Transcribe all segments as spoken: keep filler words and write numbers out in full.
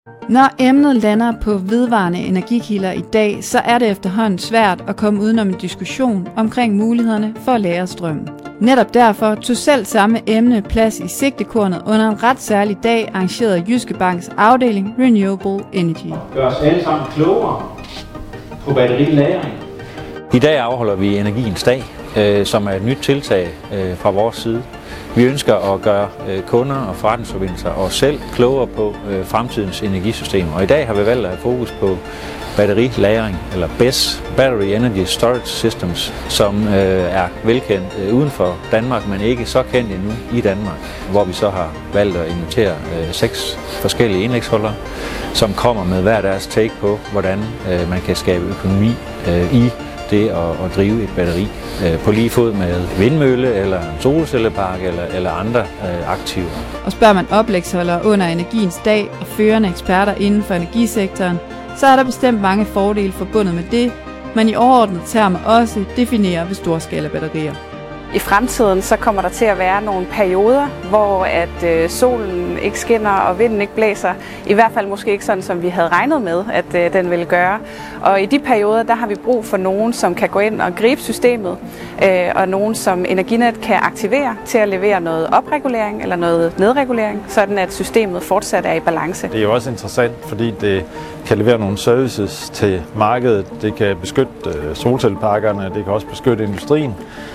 Når emnet lander på vedvarende energikilder i dag, så er det efterhånden svært at komme udenom en diskussion omkring mulighederne for at lagre strøm. Netop derfor tog selv samme emne plads i sigtekornet under en ret særlig dag, arrangeret af Jyske Banks afdeling Renewable Energy. Gør os alle sammen klogere på batterilagring. I dag afholder vi Energiens Dag, øh, som er et nyt tiltag øh, fra vores side. Vi ønsker at gøre øh, kunder og forretningsforbindelser og selv klogere på øh, fremtidens energisystemer. Og i dag har vi valgt at have fokus på batterilagring, eller B E S, Battery Energy Storage Systems, som øh, er velkendt øh, uden for Danmark, men ikke så kendt endnu i Danmark, hvor vi så har valgt at invitere øh, seks forskellige indlægsholdere, som kommer med hver deres take på, hvordan øh, man kan skabe økonomi øh, i det at, at drive et batteri øh, på lige fod med vindmølle eller en solcellepark eller, eller andre øh, aktiver. Og spørger man oplægsholdere under Energiens Dag og førende eksperter inden for energisektoren, så er der bestemt mange fordele forbundet med det, men i overordnet termer også definerer ved storskalabatterier. I fremtiden så kommer der til at være nogle perioder, hvor at øh, solen ikke skinner og vinden ikke blæser. I hvert fald måske ikke sådan, som vi havde regnet med, at øh, den ville gøre. Og i de perioder, der har vi brug for nogen, som kan gå ind og gribe systemet, øh, og nogen, som Energinet kan aktivere til at levere noget opregulering eller noget nedregulering, sådan at systemet fortsat er i balance. Det er jo også interessant, fordi det kan levere nogle services til markedet. Det kan beskytte øh, solcelleparkerne, det kan også beskytte industrien.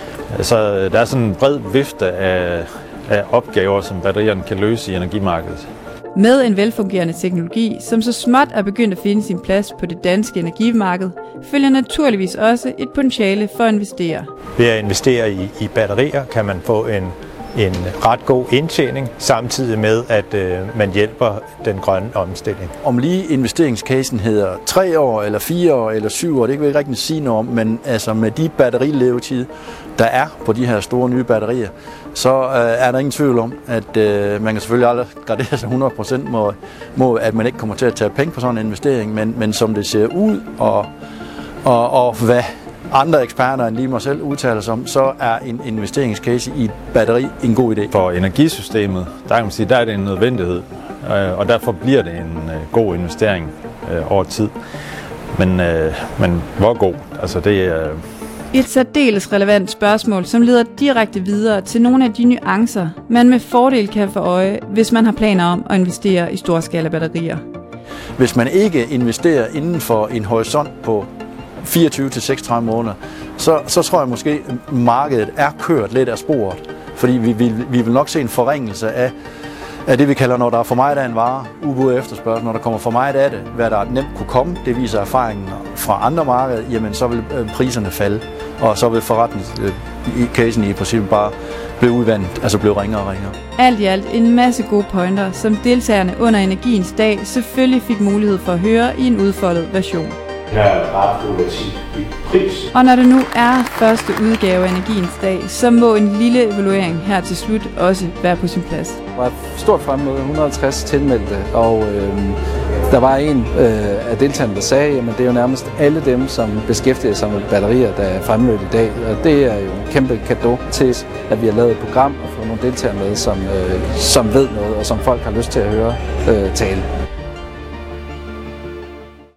Så der er sådan en bred vifte af, af opgaver, som batterierne kan løse i energimarkedet. Med en velfungerende teknologi, som så småt er begyndt at finde sin plads på det danske energimarked, følger naturligvis også et potentiale for at investere. Ved at investere i, i batterier kan man få en, en ret god indtjening, samtidig med at øh, man hjælper den grønne omstilling. Om lige investeringscasen hedder tre år, eller fire år, eller syv år, det kan vi ikke rigtig sige noget om, men altså med de batterilevetid, der er på de her store nye batterier, så øh, er der ingen tvivl om, at øh, man kan selvfølgelig aldrig gradere sig hundrede procent, må, må, at man ikke kommer til at tage penge på sådan en investering, men, men som det ser ud, og, og, og hvad andre eksperter end lige mig selv udtaler sig om, så er en investeringscase i et batteri en god idé. For energisystemet, der kan man sige, der er det en nødvendighed, øh, og derfor bliver det en øh, god investering øh, over tid. Men, øh, men hvor god? Altså det er... Øh, Et særdeles relevant spørgsmål, som leder direkte videre til nogle af de nuancer, man med fordel kan få øje, hvis man har planer om at investere i storskalabatterier. Hvis man ikke investerer inden for en horisont på fireogtyve til seksogtredive måneder, så, så tror jeg måske, at markedet er kørt lidt af sporet. Fordi vi, vi, vi vil nok se en forringelse af, af det, vi kalder, når der er for meget af en vare, udbud og efterspørgsel. Når der kommer for meget af det, hvad der nemt kunne komme, det viser erfaringen fra andre markeder, jamen så vil priserne falde. Og så vil forretningscasen i princippet bare blive udvandet, altså blive ringere og ringere. Alt i alt en masse gode pointer, som deltagerne under Energiens Dag selvfølgelig fik mulighed for at høre i en udfoldet version. Her er ret volatil i pris. Og når det nu er første udgave af Energiens Dag, så må en lille evaluering her til slut også være på sin plads. Der var et stort fremmøde, et hundrede og halvtreds tilmeldte, og øh, der var en øh, af deltagerne, der sagde, at det er jo nærmest alle dem, som beskæftiger sig med batterier, der er fremmødt i dag. Og det er jo en kæmpe cadeau til, at vi har lavet et program og fået nogle deltagere med, som, øh, som ved noget, og som folk har lyst til at høre øh, tale.